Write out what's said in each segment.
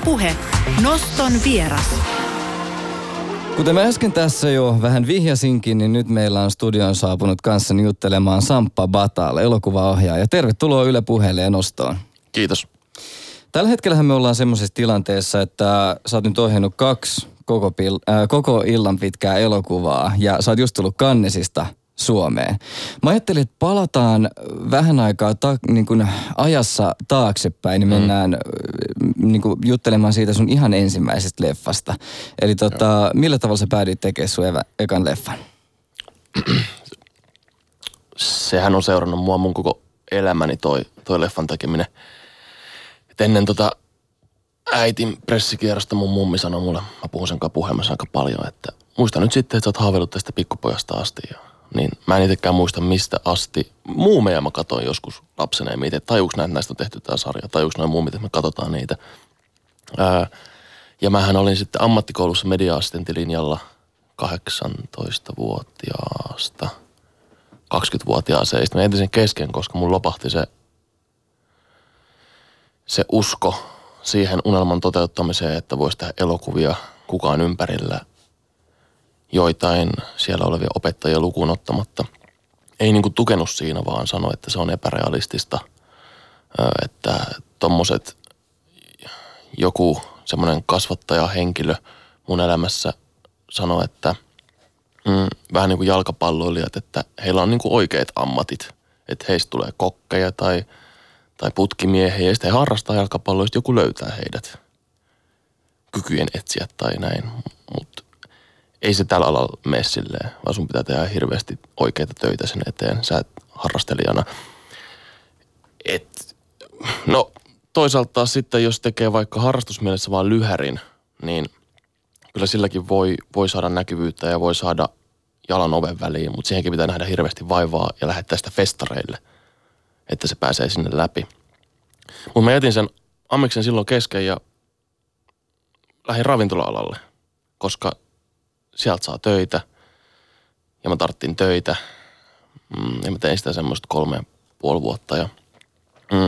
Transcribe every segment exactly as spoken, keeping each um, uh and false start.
Puhe. Noston vieras. Kuten mä äsken tässä jo vähän vihjasinkin, niin nyt meillä on studioon saapunut kanssani juttelemaan Samppa Bataal, elokuvaohjaaja. Tervetuloa Yle Puheelle ja Nostoon. Kiitos. Tällä hetkellähän me ollaan semmoisessa tilanteessa, että sä oot nyt ohjannut kaksi koko, pil- äh, koko illan pitkää elokuvaa ja sä oot just tullut Cannesista Suomeen. Mä ajattelin, että palataan vähän aikaa ta- niin kuin ajassa taaksepäin, niin mennään mm. niin kuin juttelemaan siitä sun ihan ensimmäisestä leffasta. Eli tota, millä tavalla sä päädyit tekemään sun evä, ekan leffan? Sehän on seurannut mua mun koko elämäni toi, toi leffan tekeminen. Et ennen tota äitin pressikierrosta mun mummi sanoi mulle, mä puhun sen kanssa puhelimessa aika paljon, että muista nyt sitten, että sä oot haaveillut tästä pikkupojasta asti ja niin mä en itsekään muista mistä asti. Muumeja mä katsoin joskus lapsena ja mietin, että tajuuks näitä näistä on tehty tää sarja, tajuuks noin muumit, että me katsotaan niitä. Ää, ja mähän olin sitten ammattikoulussa media-assistenttilinjalla kahdeksantoistavuotiaasta kaksikymmentävuotiaaseen. Sitten mä jätin sen kesken, koska mun lopahti se, se usko siihen unelman toteuttamiseen, että voisi tehdä elokuvia kukaan ympärillä joitain siellä olevia opettajia lukuun ottamatta. Ei niinku tukenut siinä, vaan sanoi, että se on epärealistista, että tommoset joku semmoinen kasvattajahenkilö mun elämässä sanoi, että mm, vähän niin kuin jalkapalloilijat, että heillä on niinku oikeat ammatit, että heistä tulee kokkeja tai, tai putkimiehiä ja sitten he harrastaa jalkapalloa, joku löytää heidät kykyjen etsiä tai näin, mutta ei se tällä alalla mene silleen, vaan sun pitää tehdä hirveästi oikeita töitä sen eteen, sä et harrastelijana. Et, no toisaalta taas sitten, jos tekee vaikka harrastusmielessä vaan lyhärin, niin kyllä silläkin voi, voi saada näkyvyyttä ja voi saada jalan oven väliin, mutta siihenkin pitää nähdä hirveästi vaivaa ja lähettää sitä festareille, että se pääsee sinne läpi. Mutta mä jätin sen ammeksen silloin kesken ja lähdin ravintola-alalle, koska sieltä saa töitä ja mä tarttin töitä mm, ja mä tein sitä semmoista kolme ja puoli vuotta ja mm,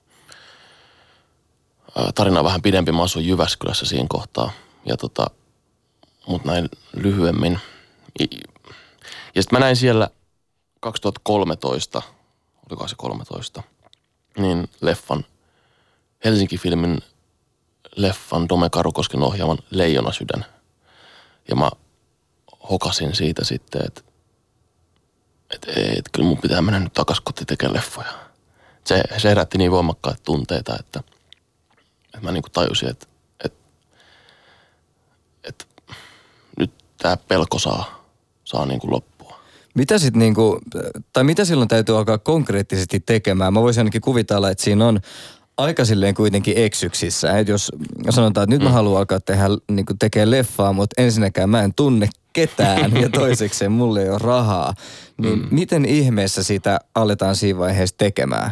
tarina on vähän pidempi, mä asuin Jyväskylässä siinä kohtaa ja tota, mut näin lyhyemmin. Ja sitten mä näin siellä kaksituhattakolmetoista, olikohan se kolmetoista, niin leffan, Helsinki-filmin leffan Dome Karukosken ohjaaman Leijonasydän. Ja mä hokasin siitä sitten, että et, et, kyllä mun pitää mennä nyt takas kotiin tekemään leffoja. Se, se herätti niin voimakkaita tunteita, että, että mä niinku tajusin, että, että, että nyt tää pelko saa, saa niinku loppua. Mitä sit niinku, tai mitä silloin täytyy alkaa konkreettisesti tekemään? Mä voisin ainakin kuvitella, että siinä on aika silleen kuitenkin eksyksissä. Et jos sanotaan, että nyt mä haluan alkaa tehdä, niin kuin tekee leffaa, mutta ensinnäkään mä en tunne ketään ja toisekseen mulle ei ole rahaa. Niin mm. miten ihmeessä sitä aletaan siinä vaiheessa tekemään?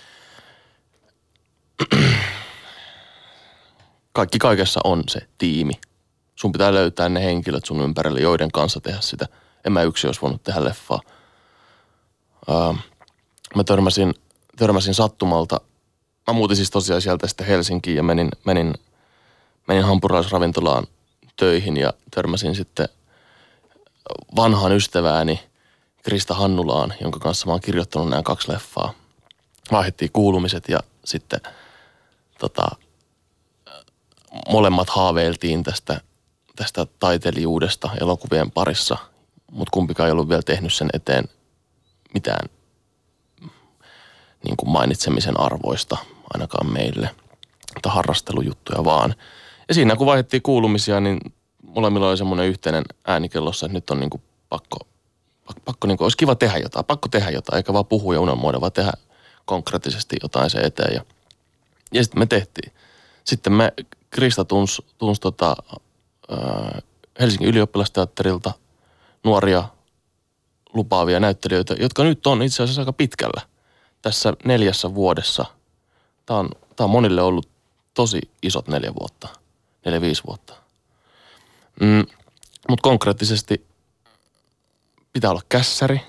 Kaikki kaikessa on se tiimi. Sun pitää löytää ne henkilöt sun ympärille, joiden kanssa tehdä sitä. En mä yksin olisi voinut tehdä leffaa. Uh, mä törmäsin, törmäsin sattumalta. Mä muutin siis tosiaan sieltä sitten Helsinkiin ja menin, menin, menin hampurilaisravintolaan töihin ja törmäsin sitten vanhaan ystävääni Krista Hannulaan, jonka kanssa mä oon kirjoittanut nämä kaksi leffaa. Vaihdettiin kuulumiset ja sitten tota, molemmat haaveiltiin tästä, tästä taiteilijuudesta elokuvien parissa, mutta kumpikaan ei ollut vielä tehnyt sen eteen mitään niin kuin mainitsemisen arvoista, ainakaan meille, tai harrastelujuttuja vaan. Ja siinä kun vaihdettiin kuulumisia, niin molemmilla oli semmoinen yhteinen äänikellossa, että nyt on niin kuin pakko, pakko, pakko niin kuin, olisi kiva tehdä jotain, pakko tehdä jotain, eikä vaan puhua ja unelmoida, vaan tehdä konkreettisesti jotain se eteen. Ja, ja sitten me tehtiin. Sitten me, Krista tunsi, tunsi tota, äh, Helsingin ylioppilasteatterilta nuoria lupaavia näyttelijöitä, jotka nyt on itse asiassa aika pitkällä tässä neljässä vuodessa. Tämä on, tämä on monille ollut tosi isot neljä vuotta, neljä viisi vuotta. Mm, mutta konkreettisesti pitää olla kässäri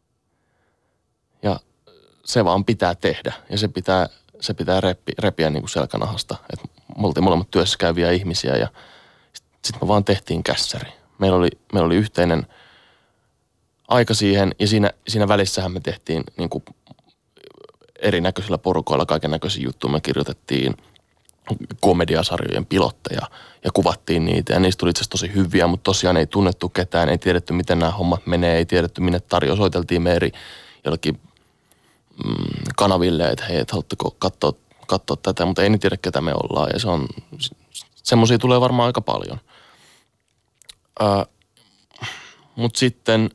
ja se vaan pitää tehdä ja se pitää, se pitää repi, repiä niin kuin selkänahasta. Et me oltiin molemmat työssä käyviä ihmisiä ja sitten sit me vaan tehtiin kässäri. Meillä oli, meillä oli yhteinen aika siihen ja siinä, siinä välissähän me tehtiin niin kuin erinäköisillä porukoilla kaiken näköisiä juttuja. Me kirjoitettiin komediasarjojen pilotteja ja kuvattiin niitä ja niistä tuli itse asiassa tosi hyviä, mutta tosiaan ei tunnettu ketään, ei tiedetty miten nämä hommat menee, ei tiedetty minne tarjoa. Soiteltiin me eri jollekin mm, kanaville, että hei, et haluatteko katsoa, katsoa tätä, mutta ei ne tiedä ketä me ollaan ja se on, semmoisia tulee varmaan aika paljon. Äh, mutta sitten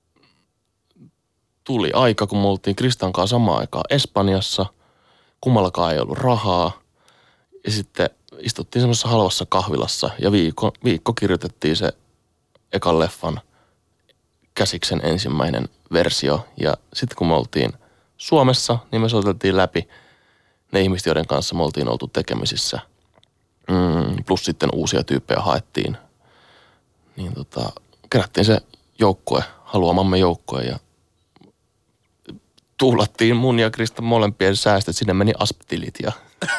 tuli aika, kun me oltiin Kristan kanssa samaan aikaan Espanjassa, kummallakaan ei ollut rahaa. Ja sitten istuttiin semmoisessa halvassa kahvilassa ja viikko, viikko kirjoitettiin se ekan leffan käsiksen ensimmäinen versio. Ja sitten kun me oltiin Suomessa, niin me soiteltiin läpi ne ihmiset, joiden kanssa me oltiin oltu tekemisissä. Mm, plus sitten uusia tyyppejä haettiin. Niin tota, kerättiin se joukkue, haluamamme joukkue ja tuhlattiin mun ja Kristan molempien säästöt. Sinne meni A S P-tilit ja,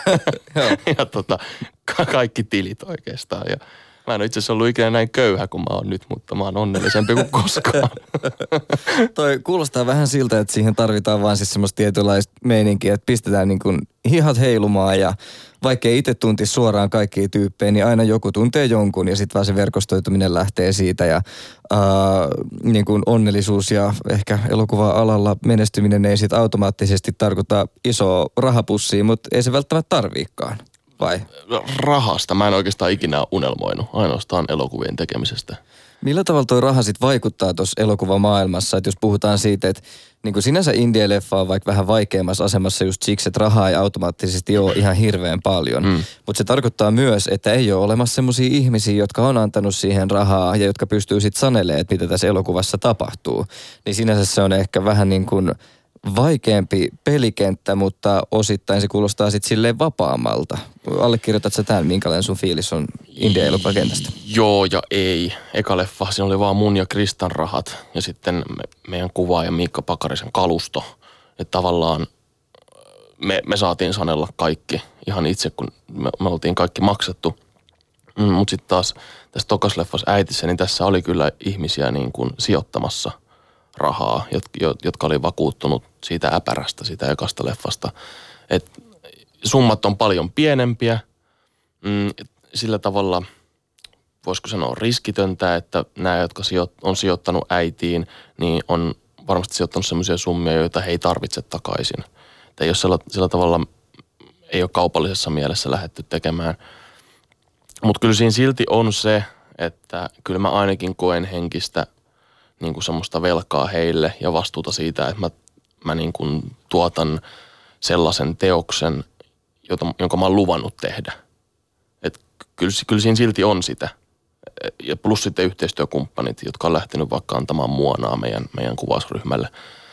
ja tota, ka- kaikki tilit oikeastaan. Ja mä en ole itse asiassa ollut ikinä näin köyhä kuin mä oon nyt, mutta mä oon onnellisempi kuin koskaan. Toi kuulostaa vähän siltä, että siihen tarvitaan vaan siis semmoista tietynlaista meininkiä, että pistetään niin kuin hihat heilumaan ja vaikka ei itse tuntisi suoraan kaikkia tyyppejä, niin aina joku tuntee jonkun ja sitten vaan se verkostoituminen lähtee siitä ja ää, niin kuin onnellisuus ja ehkä elokuva-alalla menestyminen ei sitten automaattisesti tarkoita isoa rahapussia, mutta ei se välttämättä tarviikaan, vai? Rahasta mä en oikeastaan ikinä unelmoinut, ainoastaan elokuvien tekemisestä. Millä tavalla toi raha sitten vaikuttaa tuossa elokuvamaailmassa, että jos puhutaan siitä, että niin kuin sinänsä indie-leffa on vaikka vähän vaikeammassa asemassa just siksi, että rahaa ei automaattisesti ole ihan hirveän paljon. Mm. Mutta se tarkoittaa myös, että ei ole olemassa semmoisia ihmisiä, jotka on antanut siihen rahaa ja jotka pystyy sitten sanelemaan, että mitä tässä elokuvassa tapahtuu. Niin sinänsä se on ehkä vähän niin kuin vaikeampi pelikenttä, mutta osittain se kuulostaa sitten silleen vapaammalta. Allekirjoitatko sä tämän, minkälainen sun fiilis on indie-elokuvakentästä? Joo ja ei. Eka leffa, siinä oli vaan mun ja Kristan rahat ja sitten me, meidän kuvaaja Miikka Pakarisen kalusto. Että tavallaan me, me saatiin sanella kaikki ihan itse, kun me, me oltiin kaikki maksettu. Mm, mutta sitten taas tässä tokas leffassa Äitissä, niin tässä oli kyllä ihmisiä niin kuin sijoittamassa rahaa, jotka, jotka oli vakuuttunut siitä äpärästä, siitä ekasta leffasta. Et summat on paljon pienempiä, mm, sillä tavalla voisiko sanoa riskitöntä, että nämä, jotka sijo- on sijoittanut Äitiin, niin on varmasti sijoittanut sellaisia summia, joita he ei tarvitse takaisin. Että jos sillä, sillä tavalla ei ole kaupallisessa mielessä lähdetty tekemään. Mutta kyllä siinä silti on se, että kyllä mä ainakin koen henkistä niin kuin semmoista velkaa heille ja vastuuta siitä, että mä, mä niin kuin tuotan sellaisen teoksen, jota, jonka mä oon luvannut tehdä. Et kyllä, kyllä siinä silti on sitä. Ja plus sitten yhteistyökumppanit, jotka on lähtenyt vaikka antamaan muonaa meidän, meidän kuvausryhmälle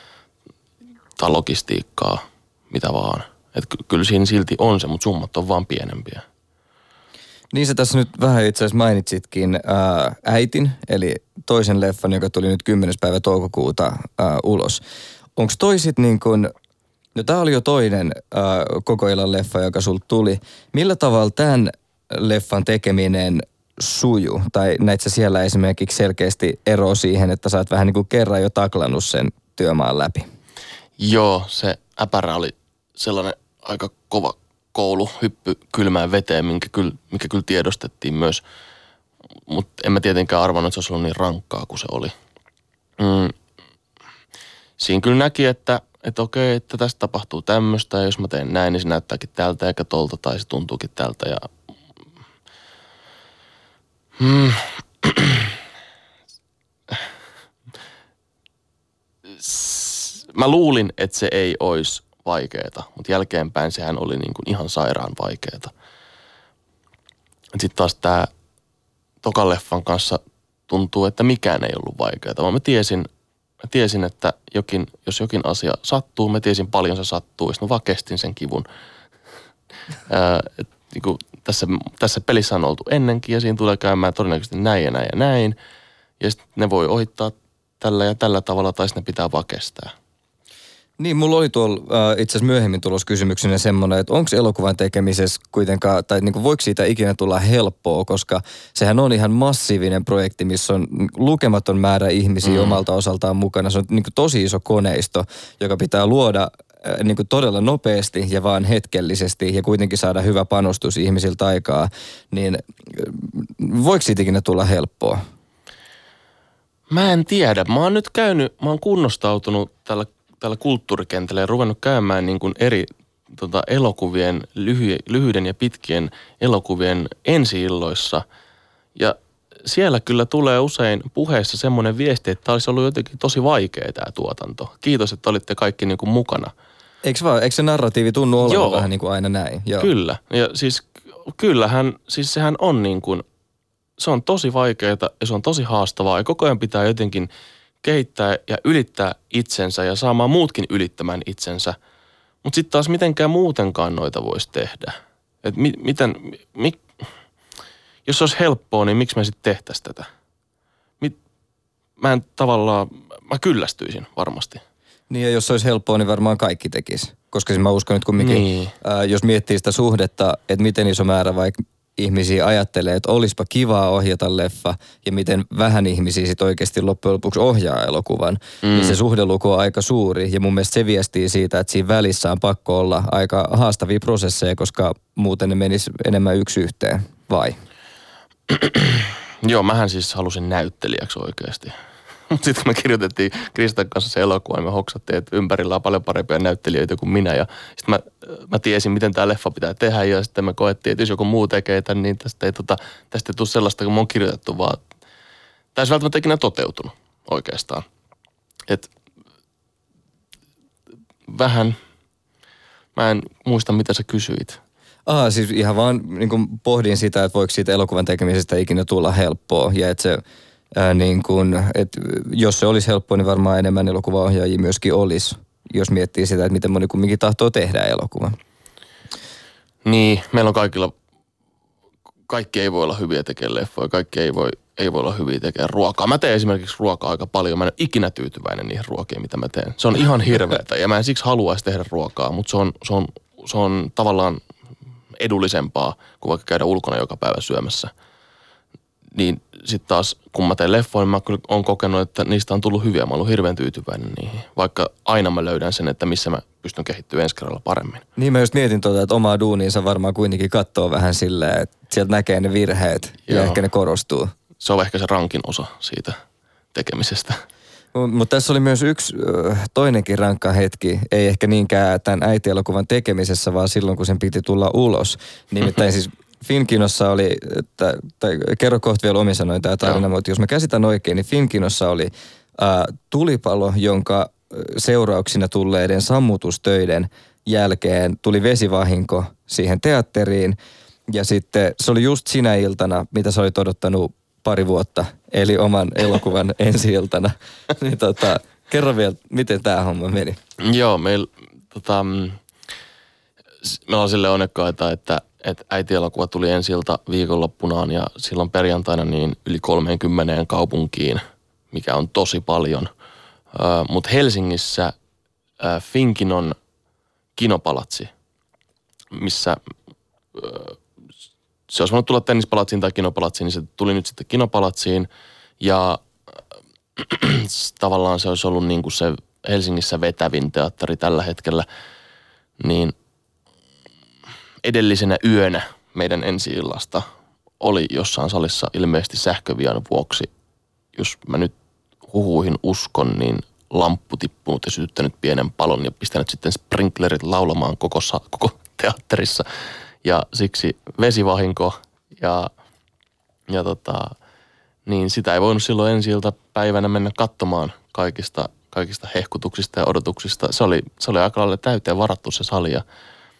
tai logistiikkaa, mitä vaan. Et kyllä siinä silti on se, mutta summat on vaan pienempiä. Niin sä tässä nyt vähän itse asiassa mainitsitkin ää, Äitin, eli toisen leffan, joka tuli nyt kymmenes päivä toukokuuta ää, ulos. Onko toi sit niin kuin, no tää oli jo toinen ää, koko illan leffa, joka sulta tuli. Millä tavalla tämän leffan tekeminen suju? Tai näit sä siellä esimerkiksi selkeästi ero siihen, että sä oot vähän niin kuin kerran jo taklannut sen työmaan läpi? Joo, se äpärä oli sellainen aika kova koulu, hyppy kylmään veteen, minkä kyllä, mikä kyllä tiedostettiin myös. Mutta en mä tietenkään arvannut, että se olisi ollut niin rankkaa kuin se oli. Mm. Siinä kyllä näki, että, että okei, että tästä tapahtuu tämmöistä ja jos mä teen näin, niin se näyttääkin tältä eikä tolta tai se tuntuukin tältä. Ja mm. Mä luulin, että se ei olisi vaikeeta, mutta jälkeenpäin sehän oli niin kuin ihan sairaan vaikeeta. Sitten taas tämä tokan leffan kanssa tuntuu, että mikään ei ollut vaikeeta, vaan mä tiesin, mä tiesin, että jokin, jos jokin asia sattuu, mä tiesin paljon se sattuu, ja sitten mä vaan kestin sen kivun. Ää, et, niin kuin tässä, tässä pelissä on oltu ennenkin, ja siinä tulee käymään todennäköisesti näin ja näin ja näin, ja sitten ne voi ohittaa tällä ja tällä tavalla, tai sitten ne pitää vaan kestää. Niin, mulla oli tuolla äh, itse asiassa myöhemmin tulossa kysymyksenä semmoinen, että onko elokuvan tekemisessä kuitenkaan, tai niin kuin voiko siitä ikinä tulla helppoa, koska sehän on ihan massiivinen projekti, missä on lukematon määrä ihmisiä mm. omalta osaltaan mukana. Se on niin kuin tosi iso koneisto, joka pitää luoda äh, niin kuin todella nopeasti ja vaan hetkellisesti ja kuitenkin saada hyvä panostus ihmisiltä aikaa. Niin äh, voiko siitä ikinä tulla helppoa? Mä en tiedä. Mä oon nyt käynyt, mä oon kunnostautunut tällä tällä kulttuurikentällä ja ruvennut käymään niin kuin eri tota, elokuvien, lyhy, lyhyiden ja pitkien elokuvien ensi-illoissa. Ja siellä kyllä tulee usein puheessa semmoinen viesti, että tämä olisi ollut jotenkin tosi vaikea tämä tuotanto. Kiitos, että olitte kaikki niin kuin mukana. Eikö vaan, eikö se narratiivi tunnu olevan Joo. vähän niin kuin aina näin? Joo. Kyllä. Ja siis kyllähän, siis sehän on niin kuin, se on tosi vaikeaa ja se on tosi haastavaa ja koko ajan pitää jotenkin kehittää ja ylittää itsensä ja saamaan muutkin ylittämään itsensä. Mutta sitten taas mitenkään muutenkaan noita voisi tehdä. Et mi, miten, mi, jos se olisi helppoa, niin miksi mä sitten tehtäisiin tätä? Mit, mä en tavallaan, mä kyllästyisin varmasti. Niin ja jos se olisi helppoa, niin varmaan kaikki tekisi. Koska siis mä uskon, että kumminkin, niin. ää, jos miettii sitä suhdetta, että miten iso määrä vaikka ihmisiä ajattelee, että olispa kivaa ohjata leffa ja miten vähän ihmisiä sit oikeasti loppujen lopuksi ohjaa elokuvan, mm. niin se suhdeluku on aika suuri ja mun mielestä se viestii siitä, että siinä välissä on pakko olla aika haastavia prosesseja, koska muuten ne menisi enemmän yksi yhteen, vai? Joo, mähän siis halusin näyttelijäksi oikeasti. Mutta sitten kun me kirjoitettiin Kristan kanssa se elokuva, niin me hoksattiin, että ympärillä on paljon parempia näyttelijöitä kuin minä. Ja sitten mä, mä tiesin, miten tämä leffa pitää tehdä ja sitten me koettiin, että jos joku muu tekee tämän, niin tästä ei, tota, tästä ei tule sellaista, kun me on kirjoitettu, vaan tämä ei välttämättä ikinä toteutunut oikeastaan. Et vähän, mä en muista, mitä sä kysyit. Aha, siis ihan vaan niin kuin pohdin sitä, että voiko siitä elokuvan tekemisestä ikinä tulla helppoa ja että se Ää, niin kun, et jos se olisi helppoa, niin varmaan enemmän elokuvaohjaajia myöskin olisi, jos miettii sitä, että miten moni kumminkin tahtoo tehdä elokuvan. Niin, meillä on kaikilla, kaikki ei voi olla hyviä tekemään leffoja, kaikki ei voi, ei voi olla hyviä tekemään ruokaa. Mä teen esimerkiksi ruokaa aika paljon, mä en ole ikinä tyytyväinen niihin ruokiin, mitä mä teen. Se on ihan hirveätä ja mä en siksi haluaisi tehdä ruokaa, mutta se on, se on, se on tavallaan edullisempaa kuin vaikka käydä ulkona joka päivä syömässä. Niin sitten taas, kun mä teen leffoja, niin mä kyllä oon kokenut, että niistä on tullut hyviä. Mä oon ollut hirveän tyytyväinen niihin. Vaikka aina mä löydän sen, että missä mä pystyn kehittymään ensi kerralla paremmin. Niin mä just mietin tuota, että omaa duuniinsa varmaan kuitenkin katsoo vähän silleen, että sieltä näkee ne virheet Joo. ja ehkä ne korostuu. Se on ehkä se rankin osa siitä tekemisestä. Mutta tässä oli myös yksi toinenkin rankka hetki, ei ehkä niinkään tämän äitielokuvan tekemisessä, vaan silloin, kun sen piti tulla ulos. Nimittäin siis Finkinossa oli, että, tai kerro kohta vielä omin sanoin tämä tarina, Joo. mutta jos mä käsitän oikein, niin Finkinossa oli ää, tulipalo, jonka seurauksena tulleiden sammutustöiden jälkeen tuli vesivahinko siihen teatteriin. Ja sitten se oli just sinä iltana, mitä sä olit odottanut pari vuotta, eli oman elokuvan ensi-iltana. Niin tota, kerro vielä, miten tämä homma meni. Joo, meillä tota, me ollaan silleen onnekkaita, että että äitielokuva tuli ensi-ilta viikonloppunaan ja silloin perjantaina niin yli kolmeenkymmeneen kaupunkiin, mikä on tosi paljon. Mutta Helsingissä ää, Finkinon kinopalatsi, missä ää, se olisi voinut tulla tennispalatsiin tai kinopalatsiin, niin se tuli nyt sitten kinopalatsiin ja äh, tavallaan se olisi ollut niin kuin se Helsingissä vetävin teatteri tällä hetkellä, niin edellisenä yönä meidän ensi-illasta oli jossain salissa ilmeisesti sähkövian vuoksi, jos mä nyt huhuihin uskon, niin lamppu tippunut ja sytyttänyt pienen palon ja pistänyt sitten sprinklerit laulamaan koko, koko teatterissa. Ja siksi vesivahinko ja, ja tota, niin sitä ei voinut silloin ensi-ilta päivänä mennä katsomaan kaikista, kaikista hehkutuksista ja odotuksista. Se oli, se oli aika lailla täyteen varattu se sali ja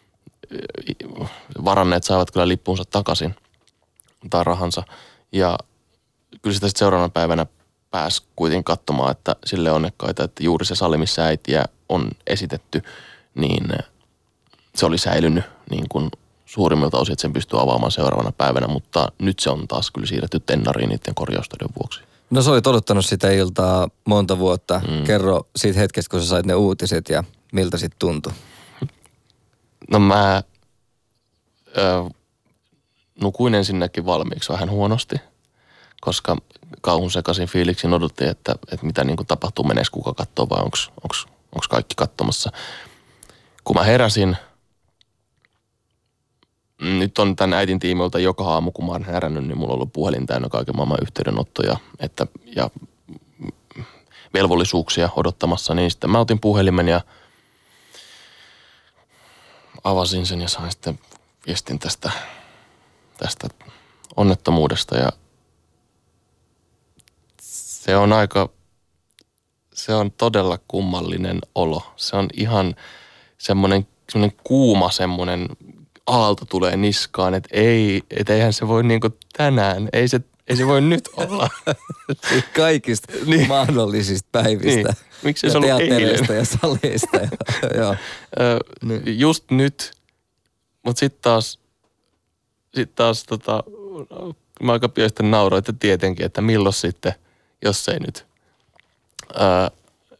varanneet saivat kyllä lippuunsa takaisin tai rahansa. Ja kyllä sitä sitten seuraavana päivänä pääsi kuitenkin katsomaan, että sille onnekkaita, että juuri se sali, missä äitiä on esitetty, niin se oli säilynyt niin kuin suurimmilta osin, että sen pystyy avaamaan seuraavana päivänä, mutta nyt se on taas kyllä siirretty tennariin niiden korjaustöiden vuoksi. No sä olit odottanut sitä iltaa monta vuotta. Mm. Kerro siitä hetkestä, kun sä sait ne uutiset ja miltä sit tuntui? No mä ö, nukuin ensinnäkin valmiiksi vähän huonosti, koska kauhun sekaisin fiiliksin odotti, että, että mitä niin kuin tapahtuu, meneekö kuka kattoo vai onko kaikki katsomassa. Kun mä heräsin, nyt on tämän äitin tiimoilta joka aamu, kun mä oon herännyt, niin mulla on ollut puhelin täynnä kaiken maailman yhteydenottoja että, ja velvollisuuksia odottamassa. Niin sitten mä otin puhelimen ja avasin sen ja sain sitten viestin tästä, tästä onnettomuudesta. Ja se on aika, se on todella kummallinen olo. Se on ihan semmoinen, semmoinen kuuma semmoinen aalto tulee niskaan, että ei, et eihän se voi niinku tänään, ei se, ei se voi nyt olla. Kaikista niin. mahdollisista päivistä. Niin. Miksi se on ollut eilen? Ja saleista. Ja, joo. niin. Just nyt, mutta sitten taas, sit taas tota, mä aika pian sitten nauroin, että tietenkin, että milloin sitten, jos ei nyt. Ää,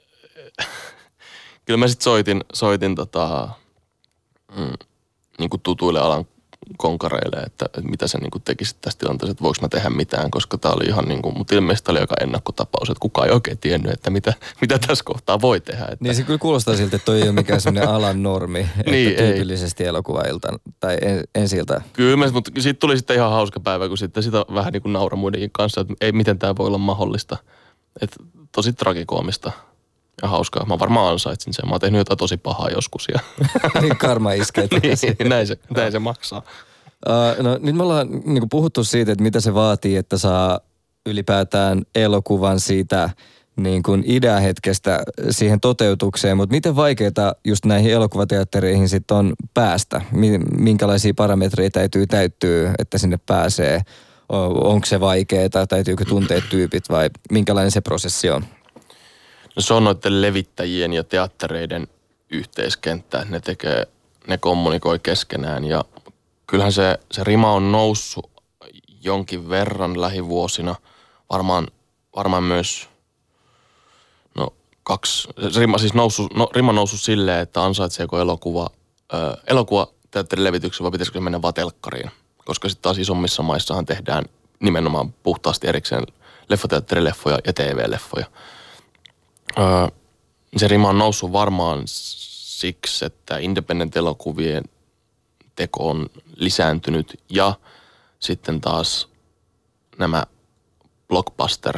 kyllä mä sitten soitin, soitin tota, mm, niin kuin tutuille alan konkareille, että, että mitä sä niin kuin tekisit tässä tilanteessa, että voiko mä tehdä mitään, koska tää oli ihan niin kuin, mutta ilmeisesti oli aika ennakkotapaus, että kukaan ei oikein tiennyt, että mitä, mitä tässä kohtaa voi tehdä. Että. Niin se kyllä kuulostaa siltä, että toi ei ole mikään semmoinen alan normi, niin, että tyypillisesti elokuvailta tai en, ensiltä. Kyllä, mutta siitä tuli sitten ihan hauska päivä, kun sitten sitä vähän niin kuin naura muidenkin kanssa, että ei, miten tämä voi olla mahdollista. Että tosi tragikoomista. Ja hauskaa. Mä varmaan ansaitsin sen. Mä oon tehnyt jotain tosi pahaa joskus. Ja niin karma iskee. niin, näin se, näin se maksaa. Uh, no nyt me ollaan niin kuin puhuttu siitä, että mitä se vaatii, että saa ylipäätään elokuvan siitä niin kuin ideahetkestä siihen toteutukseen. Mutta miten vaikeaa just näihin elokuvateattereihin sitten on päästä? Minkälaisia parametreja täytyy täyttyä, että sinne pääsee? Onko se vaikeaa? Täytyykö tuntea tyypit vai minkälainen se prosessi on? No se on noiden levittäjien ja teattereiden yhteiskenttä. Ne tekee, ne kommunikoi keskenään ja kyllähän se, se rima on noussut jonkin verran lähivuosina. Varmaan, varmaan myös, no kaksi, se rima siis noussut, no, rima noussut silleen, että ansaitseeko elokuva, ö, elokuva teatterin levityksen vai pitäisikö se mennä vaan telkkariin. Koska sitten taas isommissa maissahan tehdään nimenomaan puhtaasti erikseen leffateatterileffoja ja T V-leffoja. Öö, se rima on noussut varmaan siksi, että independent-elokuvien teko on lisääntynyt ja sitten taas nämä blockbuster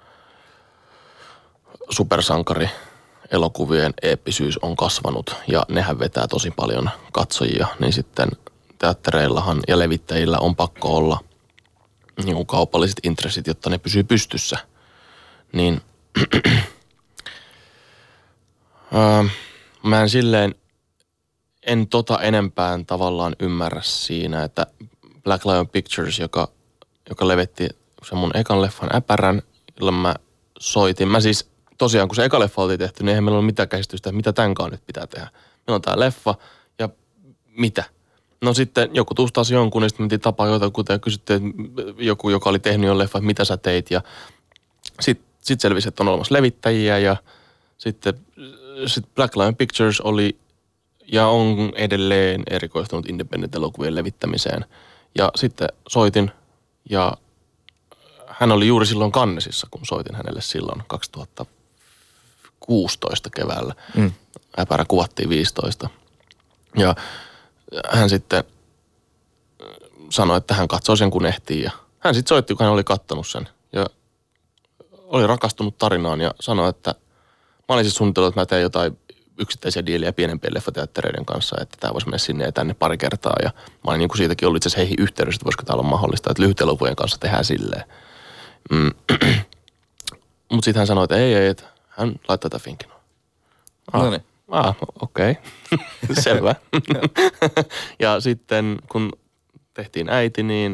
supersankari-elokuvien eeppisyys on kasvanut ja nehän vetää tosi paljon katsojia, niin sitten teattereillahan ja levittäjillä on pakko olla niin kuin kaupalliset intressit, jotta ne pysyy pystyssä. Niin öö, mä en silleen, en tota enempään tavallaan ymmärrä siinä, että Black Lion Pictures, joka, joka levetti sen mun ekan leffan äpärän, jolla mä soitin. Mä siis tosiaan, kun se eka leffa oltiin tehty, niin eihän meillä ole mitään käsitystä, että mitä tämänkaan nyt pitää tehdä. Meillä on tää leffa ja mitä? No sitten joku tustasi jonkun, niin sitten mentiin tapaa jotakuta ja kysyttiin, että joku, joka oli tehnyt jo leffa, että mitä sä teit. Ja sitten sit selvisi, että on olemassa levittäjiä ja sitten sit Black Lion Pictures oli ja on edelleen erikoistunut independent-elokuvien levittämiseen. Ja sitten soitin ja hän oli juuri silloin Cannesissa, kun soitin hänelle silloin kaksituhattakuusitoista keväällä. Mm. Äpärä kuvattiin viisitoista. Ja hän sitten sanoi, että hän katsoi sen kun ehtii. Ja hän sitten soitti, kun hän oli kattonut sen. Ja oli rakastunut tarinaan ja sanoi, että mä olin siis suunnitellut, että mä teen jotain yksittäisiä diilejä pienempien leffateattereiden kanssa, että tämä voisi mennä sinne ja tänne pari kertaa. Ja mä olin niin kuin siitäkin ollut itse asiassa heihin yhteydessä, että voisiko tämä olla mahdollista, että lyhytelokuvien kanssa tehdään silleen. Mm. Mutta sitten hän sanoi, että ei, ei, että hän laittaa tätä finkin. Ah, no niin. Ah, okei. Okay. Selvä. Ja sitten kun tehtiin äiti, niin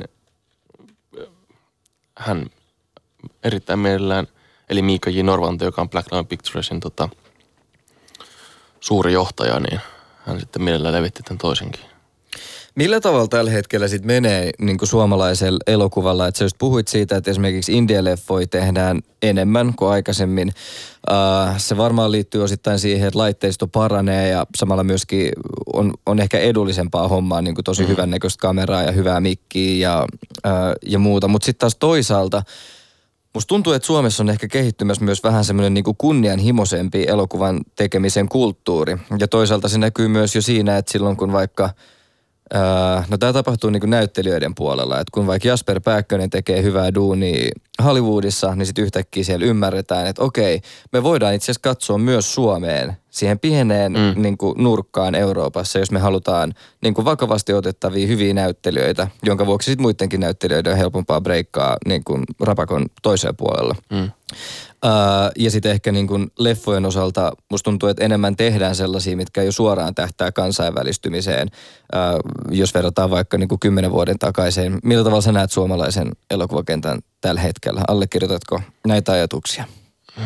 hän erittäin mielellään, eli Miika J. Norvanto, joka on Black Lion Picturesin tota, suuri johtaja, niin hän sitten mielellään levitti tämän toisenkin. Millä tavalla tällä hetkellä sitten menee niin kuin suomalaisella elokuvalla? Että sä just puhuit siitä, että esimerkiksi India-leffoja tehdään enemmän kuin aikaisemmin. Uh, se varmaan liittyy osittain siihen, että laitteisto paranee ja samalla myöskin on, on ehkä edullisempaa hommaa, niin kuin tosi mm. hyvännäköistä kameraa ja hyvää mikkiä ja, uh, ja muuta. Mutta sitten taas toisaalta musta tuntuu, että Suomessa on ehkä kehittymässä myös vähän semmoinen niin kuin kunnianhimoisempi elokuvan tekemisen kulttuuri. Ja toisaalta se näkyy myös jo siinä, että silloin kun vaikka Öö, no tämä tapahtuu niin kuin näyttelijöiden puolella, että kun vaikka Jasper Pääkkönen tekee hyvää duunia Hollywoodissa, niin sitten yhtäkkiä siellä ymmärretään, että okei, me voidaan itse asiassa katsoa myös Suomeen, siihen pieneen mm. niin kuin nurkkaan Euroopassa, jos me halutaan niin kuin vakavasti otettavia hyviä näyttelijöitä, jonka vuoksi sitten muidenkin näyttelijöiden on helpompaa breikkaa niin kuin rapakon toiseen puolelle. Mm. Uh, ja sitten ehkä niin kuin leffojen osalta musta tuntuu, että enemmän tehdään sellaisia, mitkä jo suoraan tähtää kansainvälistymiseen, uh, jos verrataan vaikka niin kuin kymmenen vuoden takaiseen. Millä tavalla sä näet suomalaisen elokuvakentän tällä hetkellä? Allekirjoitatko näitä ajatuksia? Mm.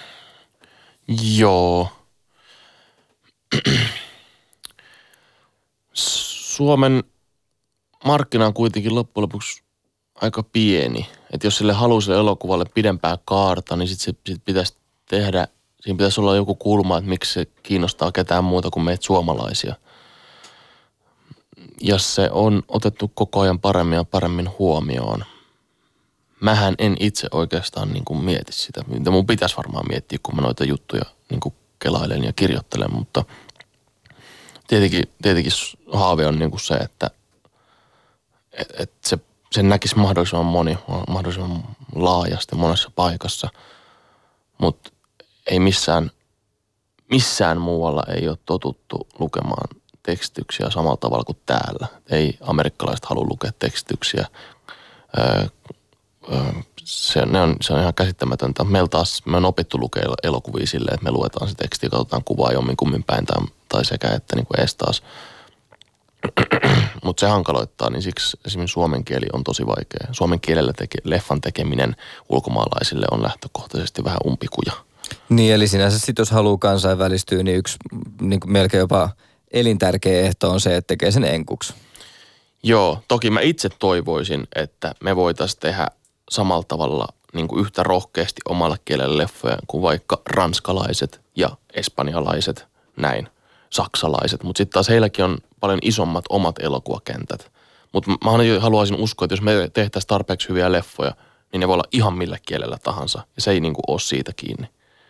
Joo. Suomen markkina on kuitenkin loppujen lopuksi aika pieni. Että jos sille haluaa sille elokuvalle pidempää kaarta, niin sitten sit pitäisi tehdä, siinä pitäisi olla joku kulma, että miksi se kiinnostaa ketään muuta kuin meitä suomalaisia. Ja se on otettu koko ajan paremmin ja paremmin huomioon. Mähän en itse oikeastaan niin kuin mieti sitä, mitä mun pitäisi varmaan miettiä, kun mä noita juttuja niin kuin kelailen ja kirjoittelen, mutta tietenkin, tietenkin haave on niin kuin se, että et, et se sen näkisi mahdollisimman moni, mahdollisimman laajasti monessa paikassa, mutta ei missään, missään muualla ei ole totuttu lukemaan tekstityksiä samalla tavalla kuin täällä. Ei amerikkalaiset halua lukea tekstityksiä. Öö, öö, se, ne on, se on ihan käsittämätöntä. Meillä taas, me on opittu lukea elokuvia silleen, että me luetaan se teksti ja katsotaan kuvaa jommin kummin päin tai, tai sekä että niin kuin ees taas. Mutta se hankaloittaa, niin siksi esimerkiksi suomen kieli on tosi vaikea. Suomen kielellä teke, leffan tekeminen ulkomaalaisille on lähtökohtaisesti vähän umpikuja. Niin, eli sinänsä sitten jos haluaa kansainvälistyä, niin yksi niin kuin melkein jopa elintärkeä ehto on se, että tekee sen enkuksi. Joo, toki mä itse toivoisin, että me voitaisiin tehdä samalla tavalla niin kuin yhtä rohkeasti omalla kielellä leffoja kuin vaikka ranskalaiset ja espanjalaiset, näin, saksalaiset. Mutta sitten taas heilläkin on paljon isommat omat elokuvakentät. Mutta mä haluaisin uskoa, että jos me tehtäisiin tarpeeksi hyviä leffoja, niin ne voi olla ihan millä kielellä tahansa. Ja se ei niinku ole siitä kiinni.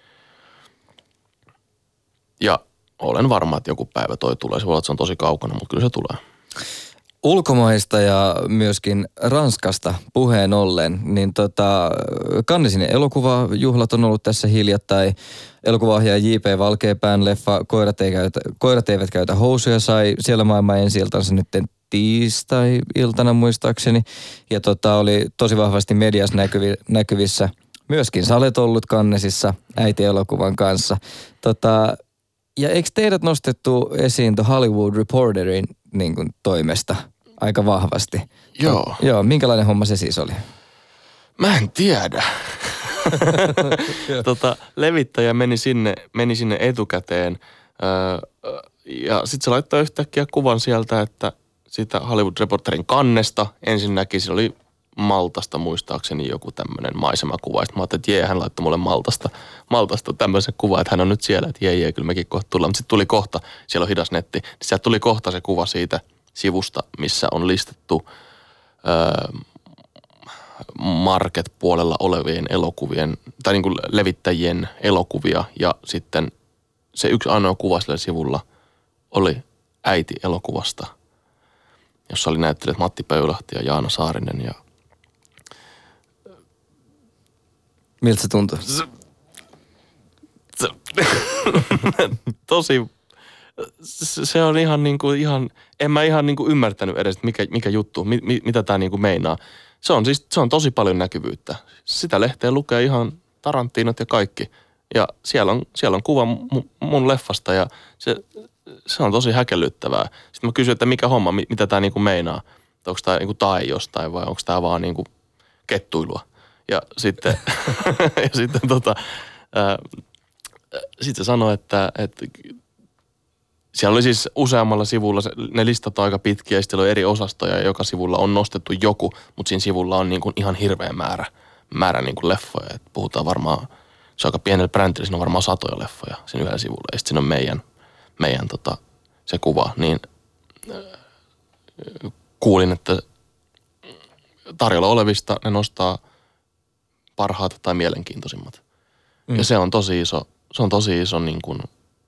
Ja olen varma, että joku päivä toi tulee. Se voi olla, että se on tosi kaukana, mutta kyllä se tulee. Ulkomaista ja myöskin Ranskasta puheen ollen, niin tota, Cannesin elokuvajuhlat on ollut tässä hiljattain. Elokuvaohjaaja J P Valkeapään leffa Koirat, ei käytä, Koirat eivät käytä housuja sai siellä maailman ensi-iltansa nyt tiistai-iltana muistaakseni. Ja tota, oli tosi vahvasti mediassa näkyvi, näkyvissä. Myöskin sä olet ollut Cannesissa äiti-elokuvan kanssa. Tota, ja eikö teidät nostettu esiin The Hollywood Reporterin niin kuin toimesta aika vahvasti? Joo. To, joo, minkälainen homma se siis oli? Mä en tiedä. tota, levittäjä meni sinne, meni sinne etukäteen öö, ja sitten se laittoi yhtäkkiä kuvan sieltä, että sitä Hollywood Reporterin kannesta ensinnäkin se oli Maltasta muistaakseni joku tämmöinen maisemakuva. Sitten mä ajattelin, että jee, hän laittoi mulle Maltasta, Maltasta tämmöisen kuva, että hän on nyt siellä, että jee, jee, kyllä mekin kohta tullaan. Mutta sitten tuli kohta, siellä on hidas netti, niin sieltä tuli kohta se kuva siitä sivusta, missä on listettu öö, market-puolella olevien elokuvien, tai niin kuin levittäjien elokuvia. Ja sitten se yksi ainoa kuva sillä sivulla oli äiti-elokuvasta, jossa oli näyttelijät Matti Pöylahti ja Jaana Saarinen ja miltä se tuntui? Se, se, tosi, se on ihan niin kuin ihan, en mä ihan niin kuin ymmärtänyt edes, mikä, mikä juttu, mi, mi, mitä tää niin kuin meinaa. Se on siis, se on tosi paljon näkyvyyttä. Sitä lehteä lukee ihan Tarantinot ja kaikki. Ja siellä on, siellä on kuva mun, mun leffasta ja se, se on tosi häkellyttävää. Sitten mä kysyin, että mikä homma, mitä tää niin kuin meinaa. Onko tää niin kuin tae jostain vai onko tää vaan niin kuin kettuilua. Ja sitten, ja sitten tota, ää, sit se sanoi, että, että Siellä oli siis useammalla sivulla, ne listat on aika pitkiä ja sitten oli eri osastoja ja joka sivulla on nostettu joku, mutta siinä sivulla on niin kuin ihan hirveä määrä, määrä niin kuin leffoja. Et puhutaan varmaan, se on aika pienellä brändillä, siinä on varmaan satoja leffoja siinä yhdellä sivulla ja sitten siinä on meidän, meidän tota, se kuva. Niin äh, kuulin, että tarjolla olevista ne nostaa parhaat tai mielenkiintoisimmat. Mm. Ja se on tosi iso, se on tosi iso niin kuin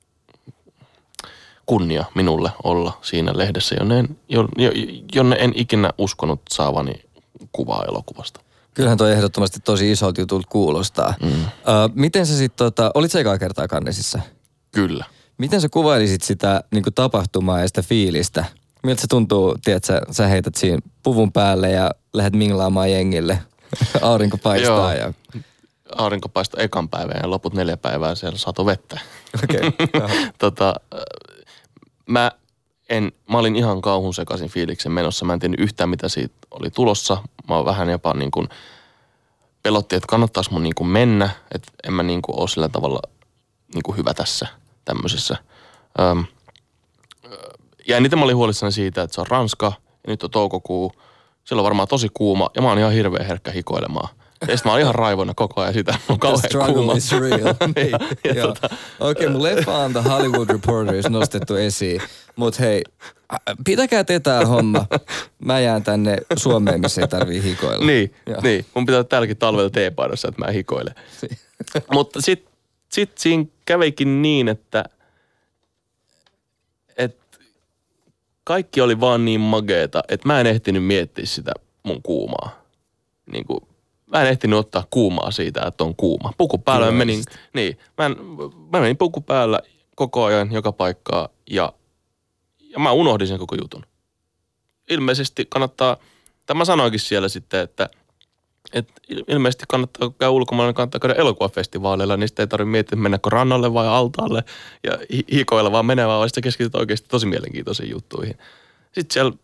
kunnia minulle olla siinä lehdessä, jonne en, jonne en ikinä uskonut saavani kuvaa elokuvasta. Kyllähän toi ehdottomasti tosi isolta jutulta kuulostaa. Mm. Uh, miten sä sit, tota, olit sä ekaa kertaa Cannesissa? Kyllä. Miten sä kuvailisit sitä niin kuin tapahtumaa ja sitä fiilistä? Miltä se tuntuu, tiedät sä, sä heität siinä puvun päälle ja lähdet minglaamaan jengille. Aurinko paistaa ja... Aurinko paistaa ekan päivän ja loput neljä päivää siellä sato vettä. Okei. Okay. tota, mä en, mä olin ihan kauhun sekaisin fiiliksen menossa. Mä en tiennyt yhtään, mitä siitä oli tulossa. Mä oon vähän jopa niin kuin pelotti, että kannattaisi mun niin kuin mennä. Että en mä niin kuin ole sillä tavalla niin kuin hyvä tässä tämmöisessä. Öm, ja eniten mä olin huolissani siitä, että se on Ranska ja nyt on toukokuu. Siellä on varmaan tosi kuuma ja mä oon ihan hirveän herkkä hikoilemaan. Ja sitten mä oon ihan raivoina koko ajan sitä. On kauhean kuuma. The struggle is real. niin, tota... Okei, okay, mun leffa on The Hollywood Reporters nostettu esiin. Mut hei, pitäkää te tää homma. Mä jään tänne Suomeen, missä ei tarvii hikoilla. niin, niin, mun pitää täälläkin talvella teepaidassa, että mä en hikoile. Mutta sit, sit siinä kävikin niin, että et kaikki oli vaan niin mageeta, että mä en ehtinyt miettiä sitä mun kuumaa. Niin kuin mä en ehtinyt ottaa kuumaa siitä, että on kuuma. Puku päällä mä menin, niin, mä, en, mä menin puku päällä koko ajan joka paikkaa ja, ja mä unohdin sen koko jutun. Ilmeisesti kannattaa, tai mä sanoinkin siellä sitten, että, että ilmeisesti kannattaa käydä ulkomailla, niin kannattaa käydä elokuvafestivaaleilla, niin sitten ei tarvitse miettiä, mennäkö rannalle vai altaalle ja hikoilla vaan menee, vaan sitten keskityt oikeasti tosi mielenkiintoisiin juttuihin. Sitten siellä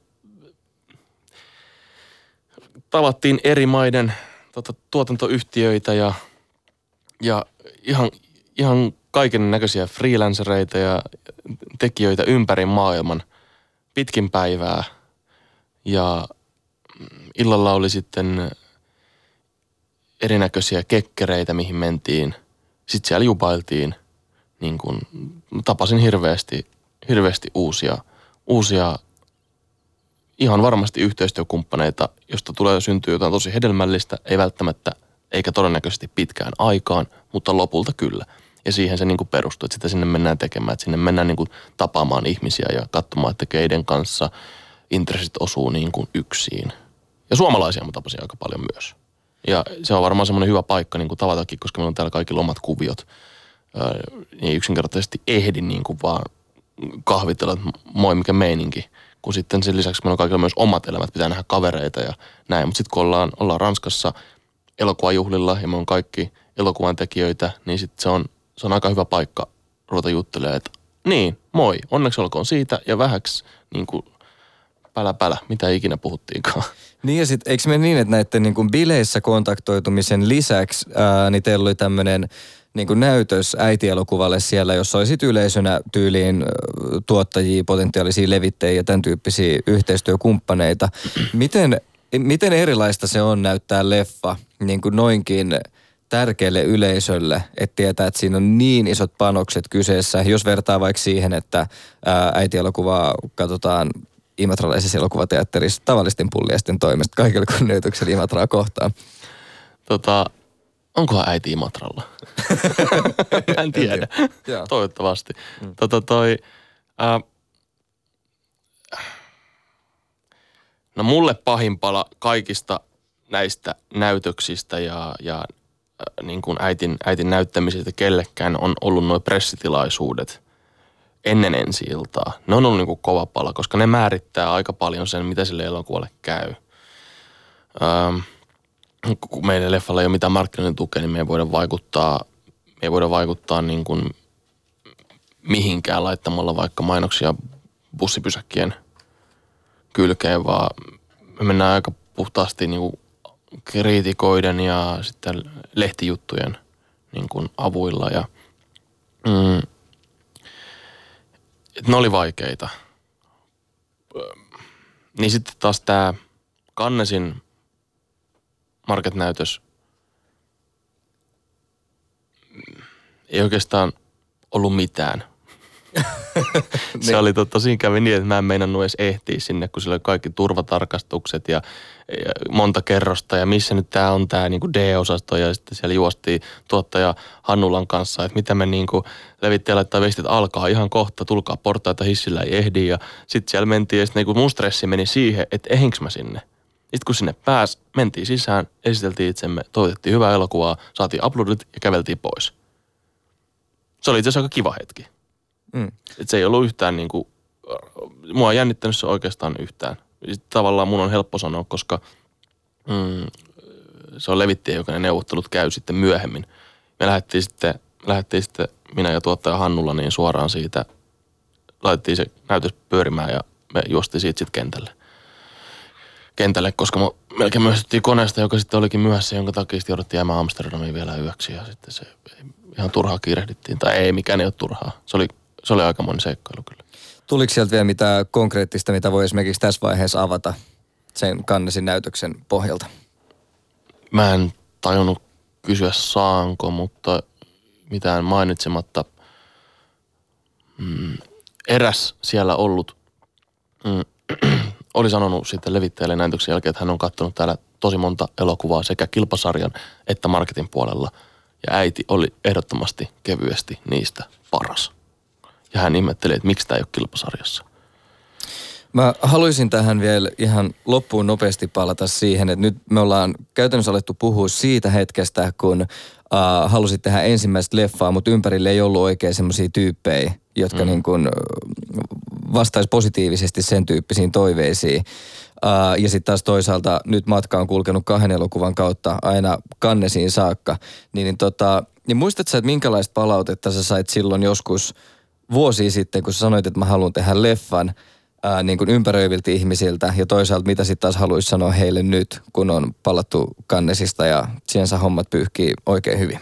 tavattiin eri maiden Tota, tuotantoyhtiöitä ja, ja ihan, ihan kaiken näköisiä freelancereita ja tekijöitä ympäri maailman pitkin päivää. Ja illalla oli sitten erinäköisiä kekkereitä, mihin mentiin. Sitten siellä jupailtiin. Niin kun, tapasin hirveästi, hirveästi uusia, uusia ihan varmasti yhteistyökumppaneita, josta tulee syntyä jotain tosi hedelmällistä, ei välttämättä eikä todennäköisesti pitkään aikaan, mutta lopulta kyllä. Ja siihen se niin kuin perustuu, että sitä sinne mennään tekemään, että sinne mennään niin kuin tapaamaan ihmisiä ja katsomaan, että keiden kanssa intressit osuu niin kuin yksiin. Ja suomalaisia mä tapasin aika paljon myös. Ja se on varmaan semmoinen hyvä paikka niin kuin tavatakin, koska meillä on täällä kaikki omat kuviot. Niin yksinkertaisesti ehdi niin kuin vaan kahvitella, että moi mikä meininki. Kun sitten sen lisäksi meillä on kaikilla myös omat elämät, pitää nähdä kavereita ja näin. Mutta sitten kun ollaan, ollaan Ranskassa elokuvajuhlilla ja me on kaikki elokuvan tekijöitä, niin sitten se on, se on aika hyvä paikka ruveta juttelemaan, että niin, moi, onneksi olkoon siitä ja vähäksi niin kuin pälä pälä, mitä ikinä puhuttiinkaan. Niin ja sitten eikö me niin, että näiden niin kuin bileissä kontaktoitumisen lisäksi, ää, niin teillä oli tämmöinen niin kuin näytös äitielokuvalle siellä, jossa oli sit yleisönä tyyliin tuottajia, potentiaalisia levittäjiä ja tämän tyyppisiä yhteistyökumppaneita. Miten, miten erilaista se on näyttää leffa niin kuin noinkin tärkeälle yleisölle, että tietää, että siinä on niin isot panokset kyseessä, jos vertaa vaikka siihen, että ää, äitielokuva katsotaan imatralaisessa elokuvateatterissa tavallisten pulliesten toimesta kaikilla kunnioituksella Imatraa kohtaan. Tota, onkohan äiti Imatralla? En tiedä. Toivottavasti. Mm. Tota toi, ää, no mulle pahin pala kaikista näistä näytöksistä ja, ja ää, niin kuin äitin, äitin näyttämisestä kellekään on ollut nuo pressitilaisuudet ennen ensi-iltaa. Ne on ollut niin kuin kova pala, koska ne määrittää aika paljon sen, mitä sille elokuvalle käy. Ähm, kun meidän leffalla ei ole mitään markkinoinnin tukea, niin me ei voida vaikuttaa, me ei voida vaikuttaa niin kuin mihinkään laittamalla vaikka mainoksia bussipysäkkien kylkeen, vaan me mennään aika puhtaasti niin kuin kriitikoiden ja sitten lehtijuttujen niin kuin avuilla. Ja, mm, että ne oli vaikeita. Niin sitten taas tämä Cannesin Market-näytös ei oikeastaan ollut mitään. Se oli totta, siinä kävi niin, että mä en meinannut edes ehtiä sinne, kun siellä oli kaikki turvatarkastukset ja, ja monta kerrosta ja missä nyt tää on tää niinku D-osasto ja sitten siellä juostiin tuottaja Hannulan kanssa, että mitä me niinku levittäjä laittaa viestit, että alkaa ihan kohta, tulkaa portaita, hissillä ei ehdi ja sitten siellä mentiin ja sitten niinku mun stressi meni siihen, että ehinkö mä sinne. Sitten kun sinne pääsi, mentiin sisään, esiteltiin itsemme, toivotettiin hyvää elokuvaa, saatiin uploadit ja käveltiin pois. Se oli itse asiassa aika kiva hetki. Mm. Että se ei ollut yhtään niin kuin, mua ei jännittänyt se oikeastaan yhtään. Sitten tavallaan mun on helppo sanoa, koska mm, se on levittäjä, joka ne neuvottelut käy sitten myöhemmin. Me lähdettiin sitten, lähdettiin sitten minä ja tuottaja Hannulla niin suoraan siitä, laitettiin se näytös pyörimään ja me juostiin siitä sitten kentälle. Kentälle, koska me melkein myöhästyttiin koneesta, joka sitten olikin myöhässä, jonka takia sitten jouduttiin jäämään Amsterdamiin vielä yöksi ja sitten se ihan turhaa kiirehdittiin. Tai ei, mikään ei ole turhaa. Se oli, se oli aikamoinen seikkailu kyllä. Tuliko sieltä vielä mitään konkreettista, mitä voi esimerkiksi tässä vaiheessa avata sen Cannesin näytöksen pohjalta? Mä en tajunnut kysyä saanko, mutta mitään mainitsematta. Mm, eräs siellä ollut mm, oli sanonut sitten levittäjälle näytöksen jälkeen, että hän on katsonut täällä tosi monta elokuvaa sekä kilpasarjan että marketin puolella. Ja äiti oli ehdottomasti kevyesti niistä paras. Ja hän ihmetteli, että miksi tämä ei ole kilpasarjassa. Mä haluaisin tähän vielä ihan loppuun nopeasti palata siihen, että nyt me ollaan käytännössä alettu puhua siitä hetkestä, kun uh, halusit tehdä ensimmäistä leffaa, mutta ympärille ei ollut oikein semmoisia tyyppejä, jotka mm. niin kuin vastaisi positiivisesti sen tyyppisiin toiveisiin. Uh, ja sitten taas toisaalta nyt matka on kulkenut kahden elokuvan kautta aina Cannesiin saakka. Niin, niin, tota, niin muistatko sä, että minkälaista palautetta sä sait silloin joskus vuosia sitten, kun sä sanoit, että mä haluan tehdä leffan ää, niin kuin ympäröiviltä ihmisiltä ja toisaalta mitä sitten taas haluaisi sanoa heille nyt, kun on palattu Cannesista ja siensä hommat pyyhkii oikein hyvin?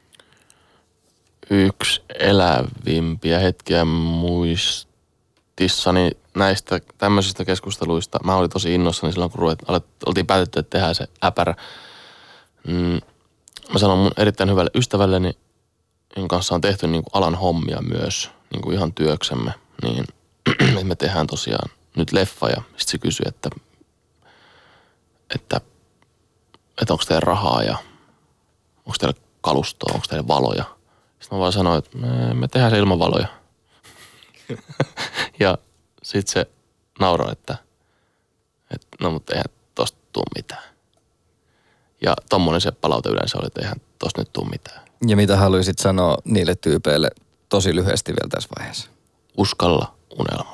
Yksi elävimpiä hetkiä muistissani näistä tämmöisistä keskusteluista. Mä olin tosi innoissani silloin, kun ruvet, oltiin päätetty, että tehdään se äpärä. Mm, mä sanon mun erittäin hyvälle ystävälleni, jonka kanssa on tehty niin kuin alan hommia myös, niin kuin ihan työksemme, niin me tehdään tosiaan nyt leffa ja sitten se kysyi, että, että, että onko teillä rahaa ja onko teillä kalustoa, onko teillä valoja. Sitten mä vaan sanoin, että me, me tehdään se ilman valoja. Ja sitten se nauroi, että, että no mutta eihän tosta tuu mitään. Ja tommonen se palaute yleensä oli, että eihän tosta nyt tuu mitään. Ja mitä haluaisit sanoa niille tyypeille tosi lyhyesti vielä tässä vaiheessa? Uskalla unelmoida.